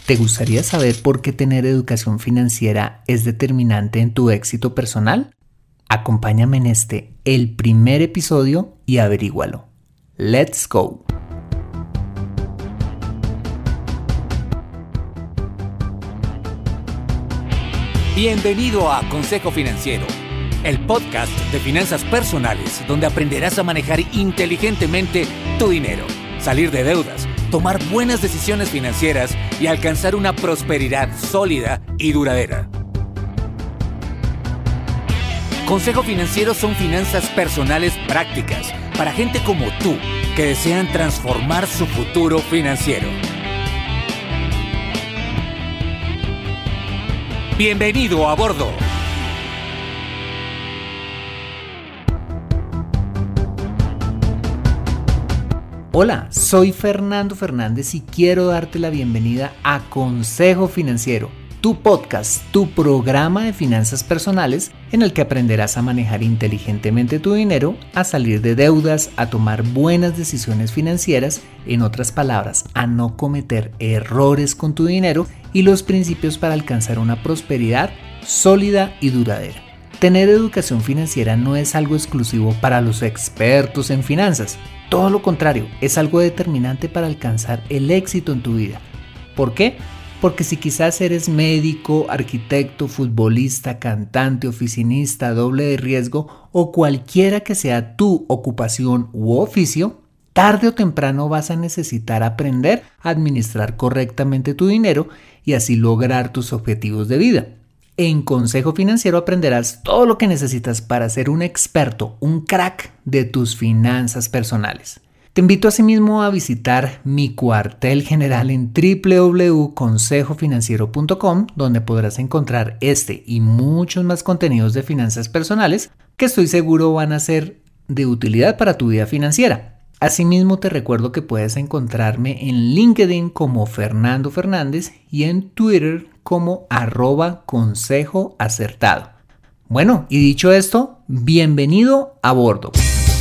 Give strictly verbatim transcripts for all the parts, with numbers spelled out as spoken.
¿Te gustaría saber por qué tener educación financiera es determinante en tu éxito personal? Acompáñame en este, el primer episodio, y averígualo. ¡Let's go! Bienvenido a Consejo Financiero, el podcast de finanzas personales donde aprenderás a manejar inteligentemente tu dinero, salir de deudas, tomar buenas decisiones financieras y alcanzar una prosperidad sólida y duradera. Consejo Financiero son finanzas personales prácticas para gente como tú que desean transformar su futuro financiero. ¡Bienvenido a bordo! Hola, soy Fernando Fernández y quiero darte la bienvenida a Consejo Financiero, tu podcast, tu programa de finanzas personales en el que aprenderás a manejar inteligentemente tu dinero, a salir de deudas, a tomar buenas decisiones financieras, en otras palabras, a no cometer errores con tu dinero y los principios para alcanzar una prosperidad sólida y duradera. Tener educación financiera no es algo exclusivo para los expertos en finanzas. Todo lo contrario, es algo determinante para alcanzar el éxito en tu vida. ¿Por qué? Porque si quizás eres médico, arquitecto, futbolista, cantante, oficinista, doble de riesgo o cualquiera que sea tu ocupación u oficio, tarde o temprano vas a necesitar aprender a administrar correctamente tu dinero y así lograr tus objetivos de vida. En Consejo Financiero aprenderás todo lo que necesitas para ser un experto, un crack de tus finanzas personales. Te invito asimismo a visitar mi cuartel general en doble u doble u doble u punto consejo financiero punto com, donde podrás encontrar este y muchos más contenidos de finanzas personales que estoy seguro van a ser de utilidad para tu vida financiera. Asimismo, te recuerdo que puedes encontrarme en LinkedIn como Fernando Fernández y en Twitter como arroba consejo acertado. Bueno, y dicho esto, bienvenido a bordo.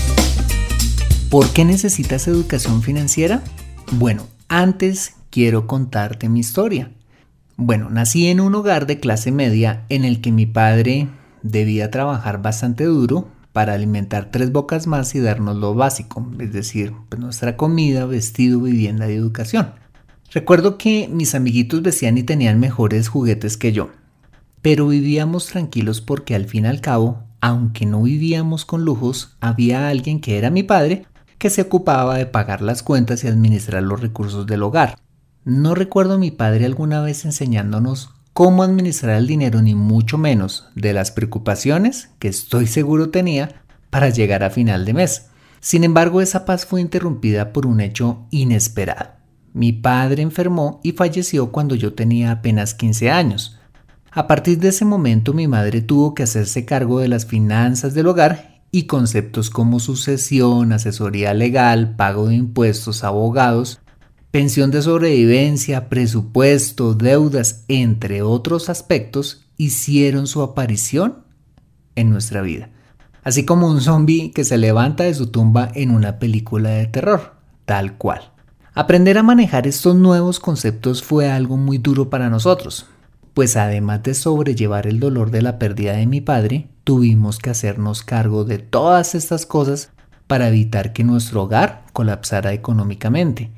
¿Por qué necesitas educación financiera? Bueno, antes quiero contarte mi historia. Bueno, nací en un hogar de clase media en el que mi padre debía trabajar bastante duro para alimentar tres bocas más y darnos lo básico, es decir, pues nuestra comida, vestido, vivienda y educación. Recuerdo que mis amiguitos vestían y tenían mejores juguetes que yo, pero vivíamos tranquilos porque al fin y al cabo, aunque no vivíamos con lujos, había alguien que era mi padre que se ocupaba de pagar las cuentas y administrar los recursos del hogar. No recuerdo a mi padre alguna vez enseñándonos cómo administrar el dinero, ni mucho menos de las preocupaciones que estoy seguro tenía para llegar a final de mes. Sin embargo, esa paz fue interrumpida por un hecho inesperado. Mi padre enfermó y falleció cuando yo tenía apenas quince años. A partir de ese momento, mi madre tuvo que hacerse cargo de las finanzas del hogar y conceptos como sucesión, asesoría legal, pago de impuestos, abogados, pensión de sobrevivencia, presupuesto, deudas, entre otros aspectos, hicieron su aparición en nuestra vida. Así como un zombi que se levanta de su tumba en una película de terror, tal cual. Aprender a manejar estos nuevos conceptos fue algo muy duro para nosotros, pues además de sobrellevar el dolor de la pérdida de mi padre, tuvimos que hacernos cargo de todas estas cosas para evitar que nuestro hogar colapsara económicamente.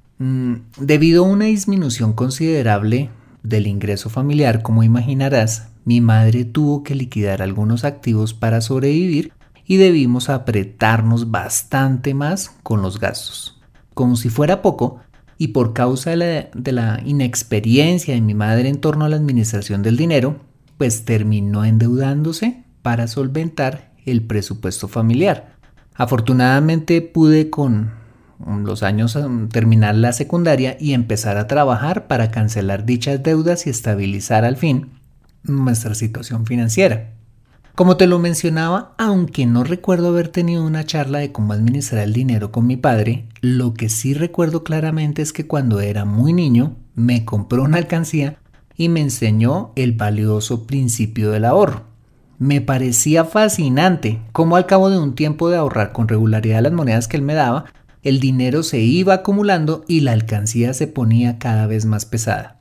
Debido a una disminución considerable del ingreso familiar, como imaginarás, mi madre tuvo que liquidar algunos activos para sobrevivir y debimos apretarnos bastante más con los gastos. Como si fuera poco, y por causa de la, de la inexperiencia de mi madre en torno a la administración del dinero, pues terminó endeudándose para solventar el presupuesto familiar. Afortunadamente pude con los años terminar la secundaria y empezar a trabajar para cancelar dichas deudas y estabilizar al fin nuestra situación financiera. Como te lo mencionaba, aunque no recuerdo haber tenido una charla de cómo administrar el dinero con mi padre, lo que sí recuerdo claramente es que cuando era muy niño me compró una alcancía y me enseñó el valioso principio del ahorro. Me parecía fascinante cómo al cabo de un tiempo de ahorrar con regularidad las monedas que él me daba, el dinero se iba acumulando y la alcancía se ponía cada vez más pesada.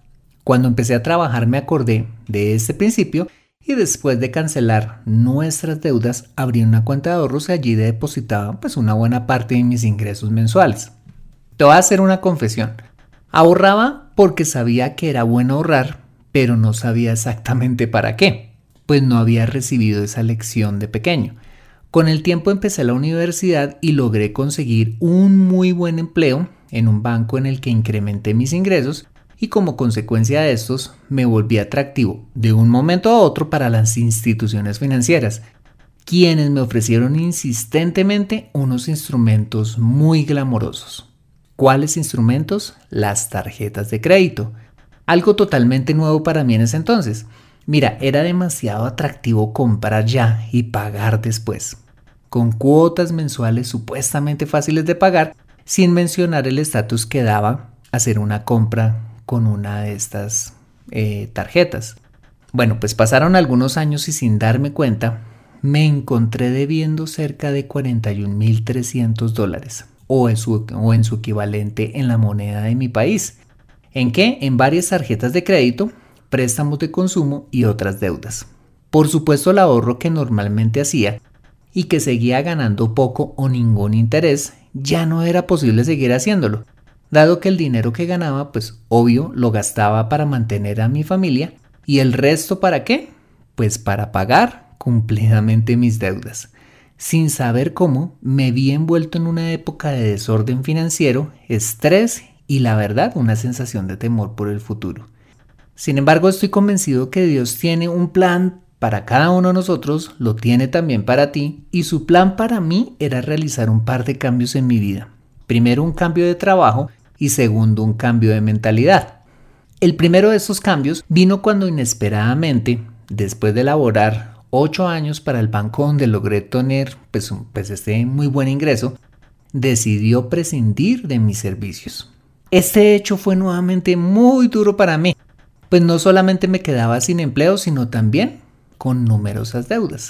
Cuando empecé a trabajar me acordé de este principio y después de cancelar nuestras deudas abrí una cuenta de ahorros y allí depositaba pues una buena parte de mis ingresos mensuales. Te voy a hacer una confesión. Ahorraba porque sabía que era bueno ahorrar, pero no sabía exactamente para qué, pues no había recibido esa lección de pequeño. Con el tiempo empecé la universidad y logré conseguir un muy buen empleo en un banco en el que incrementé mis ingresos y como consecuencia de estos me volví atractivo de un momento a otro para las instituciones financieras, quienes me ofrecieron insistentemente unos instrumentos muy glamorosos. ¿Cuáles instrumentos? Las tarjetas de crédito. Algo totalmente nuevo para mí en ese entonces. Mira, era demasiado atractivo comprar ya y pagar después, con cuotas mensuales supuestamente fáciles de pagar, sin mencionar el estatus que daba hacer una compra con una de estas eh, tarjetas. Bueno, pues pasaron algunos años y sin darme cuenta, me encontré debiendo cerca de cuarenta y un mil trescientos dólares. O en, su, o en su equivalente en la moneda de mi país. ¿En qué? En varias tarjetas de crédito, préstamos de consumo y otras deudas. Por supuesto, el ahorro que normalmente hacía y que seguía ganando poco o ningún interés, ya no era posible seguir haciéndolo, dado que el dinero que ganaba, pues obvio, lo gastaba para mantener a mi familia y el resto ¿para qué? Pues para pagar cumplidamente mis deudas. Sin saber cómo, me vi envuelto en una época de desorden financiero, estrés y la verdad, una sensación de temor por el futuro. Sin embargo, estoy convencido que Dios tiene un plan para cada uno de nosotros, lo tiene también para ti, y su plan para mí era realizar un par de cambios en mi vida. Primero, un cambio de trabajo y segundo, un cambio de mentalidad. El primero de esos cambios vino cuando inesperadamente, después de laborar ocho años para el banco donde logré tener pues, pues este muy buen ingreso, decidió prescindir de mis servicios. Este hecho fue nuevamente muy duro para mí, pues no solamente me quedaba sin empleo, sino también con numerosas deudas.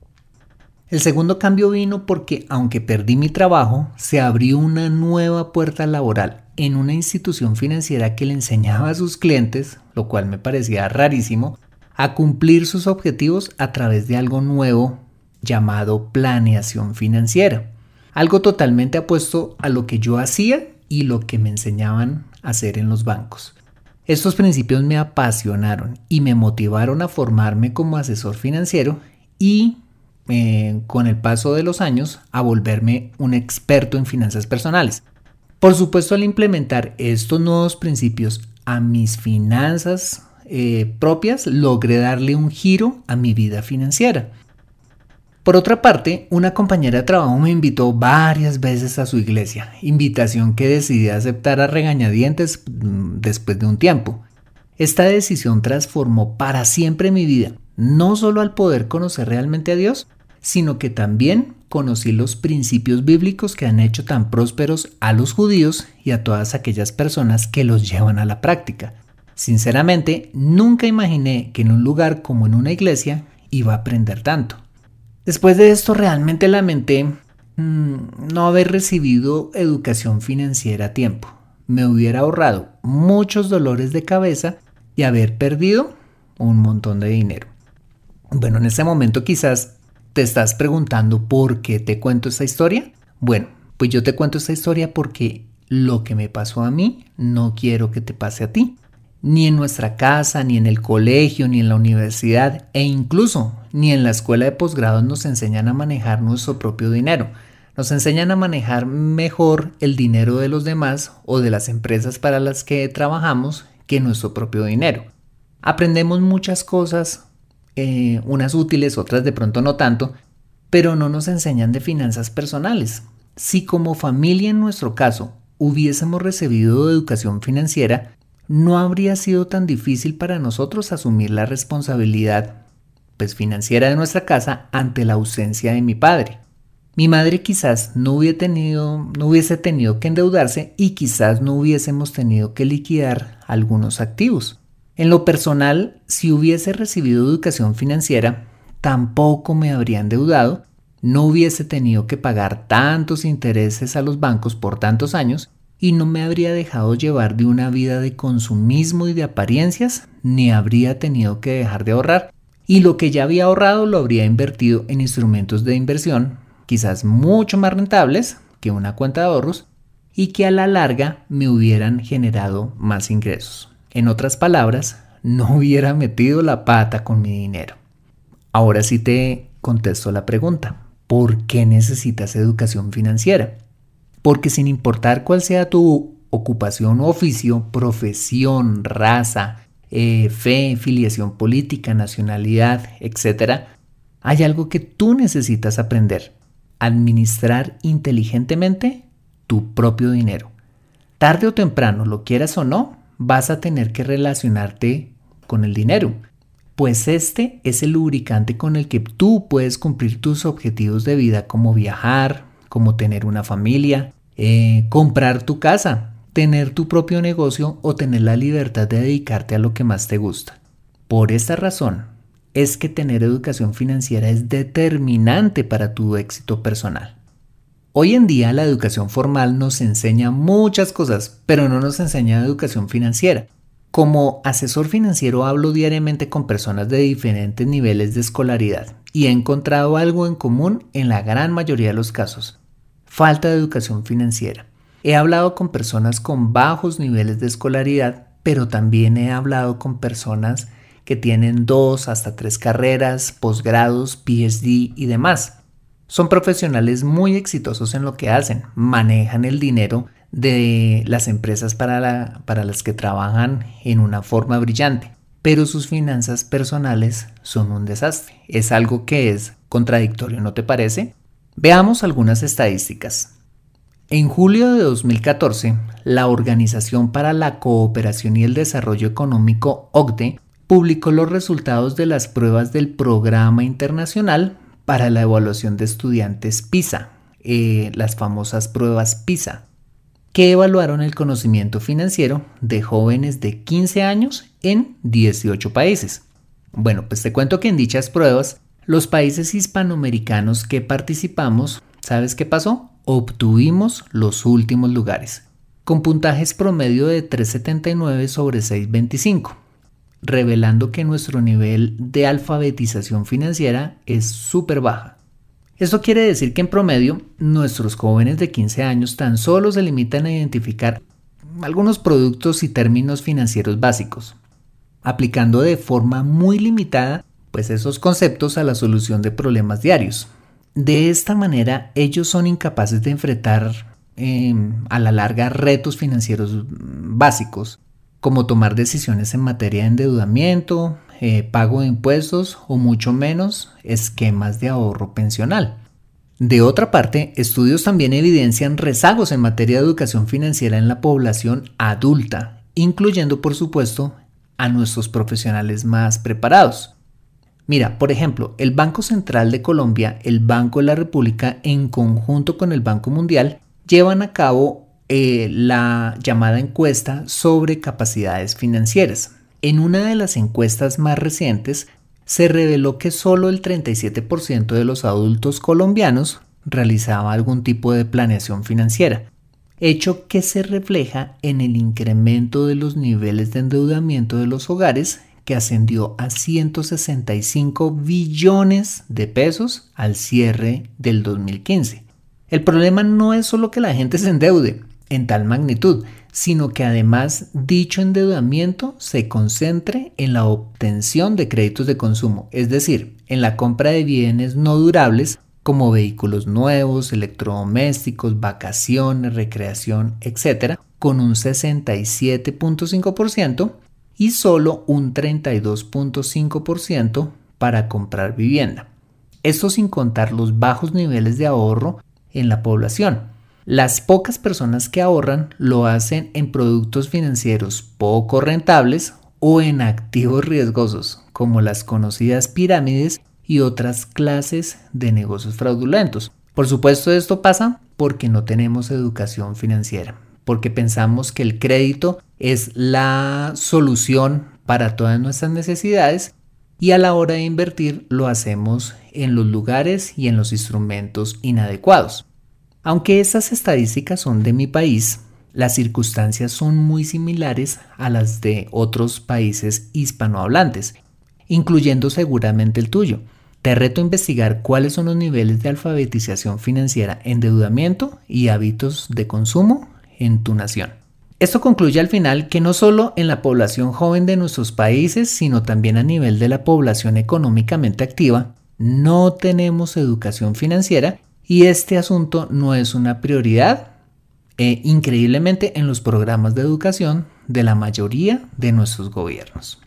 El segundo cambio vino porque, aunque perdí mi trabajo, se abrió una nueva puerta laboral en una institución financiera que le enseñaba a sus clientes, lo cual me parecía rarísimo, a cumplir sus objetivos a través de algo nuevo llamado planeación financiera. Algo totalmente opuesto a lo que yo hacía y lo que me enseñaban a hacer en los bancos. Estos principios me apasionaron y me motivaron a formarme como asesor financiero y eh, con el paso de los años a volverme un experto en finanzas personales. Por supuesto, al implementar estos nuevos principios a mis finanzas Eh, propias, logré darle un giro a mi vida financiera. Por otra parte, una compañera de trabajo me invitó varias veces a su iglesia, invitación que decidí aceptar a regañadientes después de un tiempo. Esta decisión transformó para siempre mi vida, no solo al poder conocer realmente a Dios, sino que también conocí los principios bíblicos que han hecho tan prósperos a los judíos y a todas aquellas personas que los llevan a la práctica. Sinceramente, nunca imaginé que en un lugar como en una iglesia iba a aprender tanto. Después de esto realmente lamenté mmm, no haber recibido educación financiera a tiempo. Me hubiera ahorrado muchos dolores de cabeza y haber perdido un montón de dinero. Bueno, en este momento quizás te estás preguntando por qué te cuento esta historia. Bueno, pues yo te cuento esta historia porque lo que me pasó a mí no quiero que te pase a ti. Ni en nuestra casa, ni en el colegio, ni en la universidad e incluso ni en la escuela de posgrado nos enseñan a manejar nuestro propio dinero. Nos enseñan a manejar mejor el dinero de los demás o de las empresas para las que trabajamos que nuestro propio dinero. Aprendemos muchas cosas, eh, unas útiles, otras de pronto no tanto, pero no nos enseñan de finanzas personales. Si como familia en nuestro caso hubiésemos recibido educación financiera, no habría sido tan difícil para nosotros asumir la responsabilidad pues, financiera de nuestra casa ante la ausencia de mi padre. Mi madre quizás no hubiese tenido, no hubiese tenido que endeudarse y quizás no hubiésemos tenido que liquidar algunos activos. En lo personal, si hubiese recibido educación financiera, tampoco me habría endeudado, no hubiese tenido que pagar tantos intereses a los bancos por tantos años y no me habría dejado llevar de una vida de consumismo y de apariencias, ni habría tenido que dejar de ahorrar. Y lo que ya había ahorrado lo habría invertido en instrumentos de inversión, quizás mucho más rentables que una cuenta de ahorros y que a la larga me hubieran generado más ingresos. En otras palabras, no hubiera metido la pata con mi dinero. Ahora sí te contesto la pregunta: ¿por qué necesitas educación financiera? Porque sin importar cuál sea tu ocupación o oficio, profesión, raza, eh, fe, filiación política, nacionalidad, etcétera, hay algo que tú necesitas aprender: administrar inteligentemente tu propio dinero. Tarde o temprano, lo quieras o no, vas a tener que relacionarte con el dinero, pues este es el lubricante con el que tú puedes cumplir tus objetivos de vida, como viajar, como tener una familia, eh, comprar tu casa, tener tu propio negocio o tener la libertad de dedicarte a lo que más te gusta. Por esta razón es que tener educación financiera es determinante para tu éxito personal. Hoy en día la educación formal nos enseña muchas cosas, pero no nos enseña educación financiera. Como asesor financiero hablo diariamente con personas de diferentes niveles de escolaridad y he encontrado algo en común en la gran mayoría de los casos: falta de educación financiera. He hablado con personas con bajos niveles de escolaridad, pero también he hablado con personas que tienen dos hasta tres carreras, posgrados, P H D y demás. Son profesionales muy exitosos en lo que hacen, manejan el dinero de las empresas para, la, para las que trabajan en una forma brillante, pero sus finanzas personales son un desastre. Es algo que es contradictorio, ¿no te parece? Veamos algunas estadísticas. En julio de dos mil catorce, la Organización para la Cooperación y el Desarrollo Económico, O C D E, publicó los resultados de las pruebas del Programa Internacional para la Evaluación de Estudiantes PISA, eh, las famosas pruebas PISA, que evaluaron el conocimiento financiero de jóvenes de quince años en dieciocho países. Bueno, pues te cuento que en dichas pruebas, los países hispanoamericanos que participamos, ¿sabes qué pasó? Obtuvimos los últimos lugares, con puntajes promedio de tres punto setenta y nueve sobre seis punto veinticinco, revelando que nuestro nivel de alfabetización financiera es súper baja. Esto quiere decir que en promedio, nuestros jóvenes de quince años tan solo se limitan a identificar algunos productos y términos financieros básicos, aplicando de forma muy limitada pues esos conceptos a la solución de problemas diarios. De esta manera, ellos son incapaces de enfrentar eh, a la larga retos financieros básicos, como tomar decisiones en materia de endeudamiento, eh, pago de impuestos o mucho menos esquemas de ahorro pensional. De otra parte, estudios también evidencian rezagos en materia de educación financiera en la población adulta, incluyendo por supuesto a nuestros profesionales más preparados. Mira, por ejemplo, el Banco Central de Colombia, el Banco de la República, en conjunto con el Banco Mundial, llevan a cabo eh, la llamada encuesta sobre capacidades financieras. En una de las encuestas más recientes, se reveló que solo el treinta y siete por ciento de los adultos colombianos realizaba algún tipo de planeación financiera, hecho que se refleja en el incremento de los niveles de endeudamiento de los hogares, que ascendió a ciento sesenta y cinco billones de pesos al cierre del dos mil quince. El problema no es solo que la gente se endeude en tal magnitud, sino que además dicho endeudamiento se concentre en la obtención de créditos de consumo, es decir, en la compra de bienes no durables como vehículos nuevos, electrodomésticos, vacaciones, recreación, etcétera, con un sesenta y siete punto cinco por ciento y solo un treinta y dos punto cinco por ciento para comprar vivienda. Esto sin contar los bajos niveles de ahorro en la población. Las pocas personas que ahorran lo hacen en productos financieros poco rentables o en activos riesgosos, como las conocidas pirámides y otras clases de negocios fraudulentos. Por supuesto, esto pasa porque no tenemos educación financiera, porque pensamos que el crédito es la solución para todas nuestras necesidades y a la hora de invertir lo hacemos en los lugares y en los instrumentos inadecuados. Aunque estas estadísticas son de mi país, las circunstancias son muy similares a las de otros países hispanohablantes, incluyendo seguramente el tuyo. Te reto a investigar cuáles son los niveles de alfabetización financiera, endeudamiento y hábitos de consumo en tu nación. Esto concluye al final que no solo en la población joven de nuestros países, sino también a nivel de la población económicamente activa, no tenemos educación financiera y este asunto no es una prioridad, e increíblemente en los programas de educación de la mayoría de nuestros gobiernos.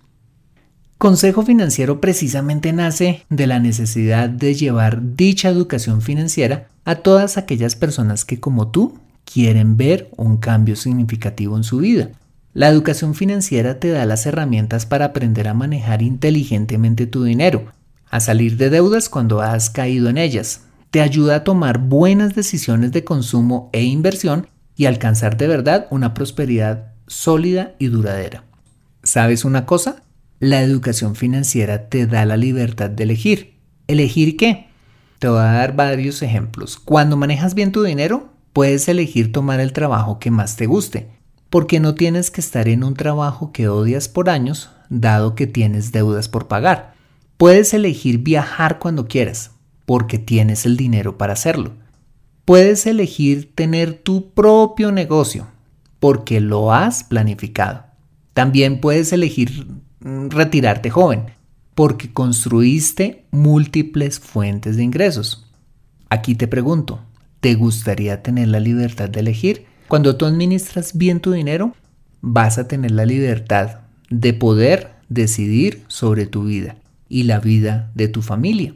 Consejo Financiero precisamente nace de la necesidad de llevar dicha educación financiera a todas aquellas personas que, como tú, quieren ver un cambio significativo en su vida. La educación financiera te da las herramientas para aprender a manejar inteligentemente tu dinero, a salir de deudas cuando has caído en ellas. Te ayuda a tomar buenas decisiones de consumo e inversión y alcanzar de verdad una prosperidad sólida y duradera. ¿Sabes una cosa? La educación financiera te da la libertad de elegir. ¿Elegir qué? Te voy a dar varios ejemplos. Cuando manejas bien tu dinero, puedes elegir tomar el trabajo que más te guste, porque no tienes que estar en un trabajo que odias por años, dado que tienes deudas por pagar. Puedes elegir viajar cuando quieras, porque tienes el dinero para hacerlo. Puedes elegir tener tu propio negocio, porque lo has planificado. También puedes elegir retirarte joven, porque construiste múltiples fuentes de ingresos. Aquí te pregunto, ¿te gustaría tener la libertad de elegir? Cuando tú administras bien tu dinero, vas a tener la libertad de poder decidir sobre tu vida y la vida de tu familia.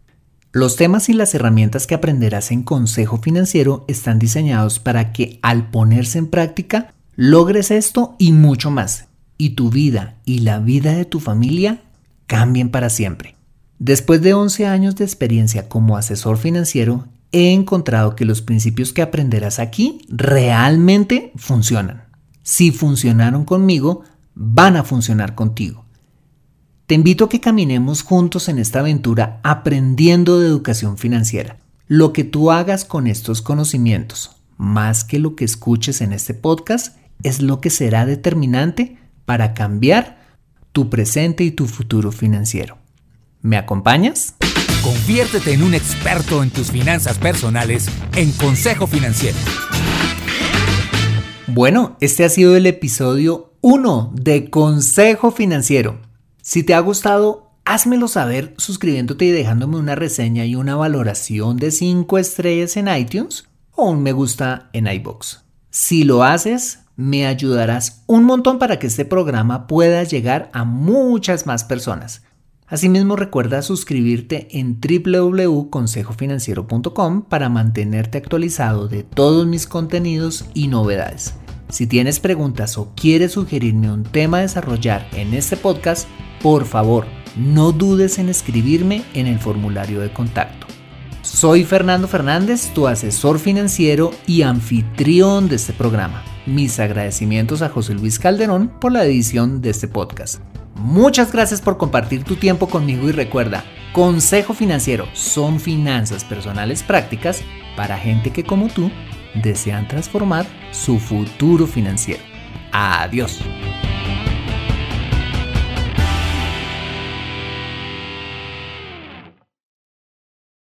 Los temas y las herramientas que aprenderás en Consejo Financiero están diseñados para que al ponerse en práctica logres esto y mucho más, y tu vida y la vida de tu familia cambien para siempre. Después de once años de experiencia como asesor financiero, he encontrado que los principios que aprenderás aquí realmente funcionan. Si funcionaron conmigo, van a funcionar contigo. Te invito a que caminemos juntos en esta aventura aprendiendo de educación financiera. Lo que tú hagas con estos conocimientos, más que lo que escuches en este podcast, es lo que será determinante para cambiar tu presente y tu futuro financiero. ¿Me acompañas? Conviértete en un experto en tus finanzas personales en Consejo Financiero. Bueno, este ha sido el episodio uno de Consejo Financiero. Si te ha gustado, házmelo saber suscribiéndote y dejándome una reseña y una valoración de cinco estrellas en iTunes o un me gusta en iVoox. Si lo haces, me ayudarás un montón para que este programa pueda llegar a muchas más personas. Asimismo, recuerda suscribirte en doble u doble u doble u punto consejo financiero punto com para mantenerte actualizado de todos mis contenidos y novedades. Si tienes preguntas o quieres sugerirme un tema a desarrollar en este podcast, por favor, no dudes en escribirme en el formulario de contacto. Soy Fernando Fernández, tu asesor financiero y anfitrión de este programa. Mis agradecimientos a José Luis Calderón por la edición de este podcast. Muchas gracias por compartir tu tiempo conmigo y recuerda, Consejo Financiero son finanzas personales prácticas para gente que como tú desean transformar su futuro financiero. Adiós.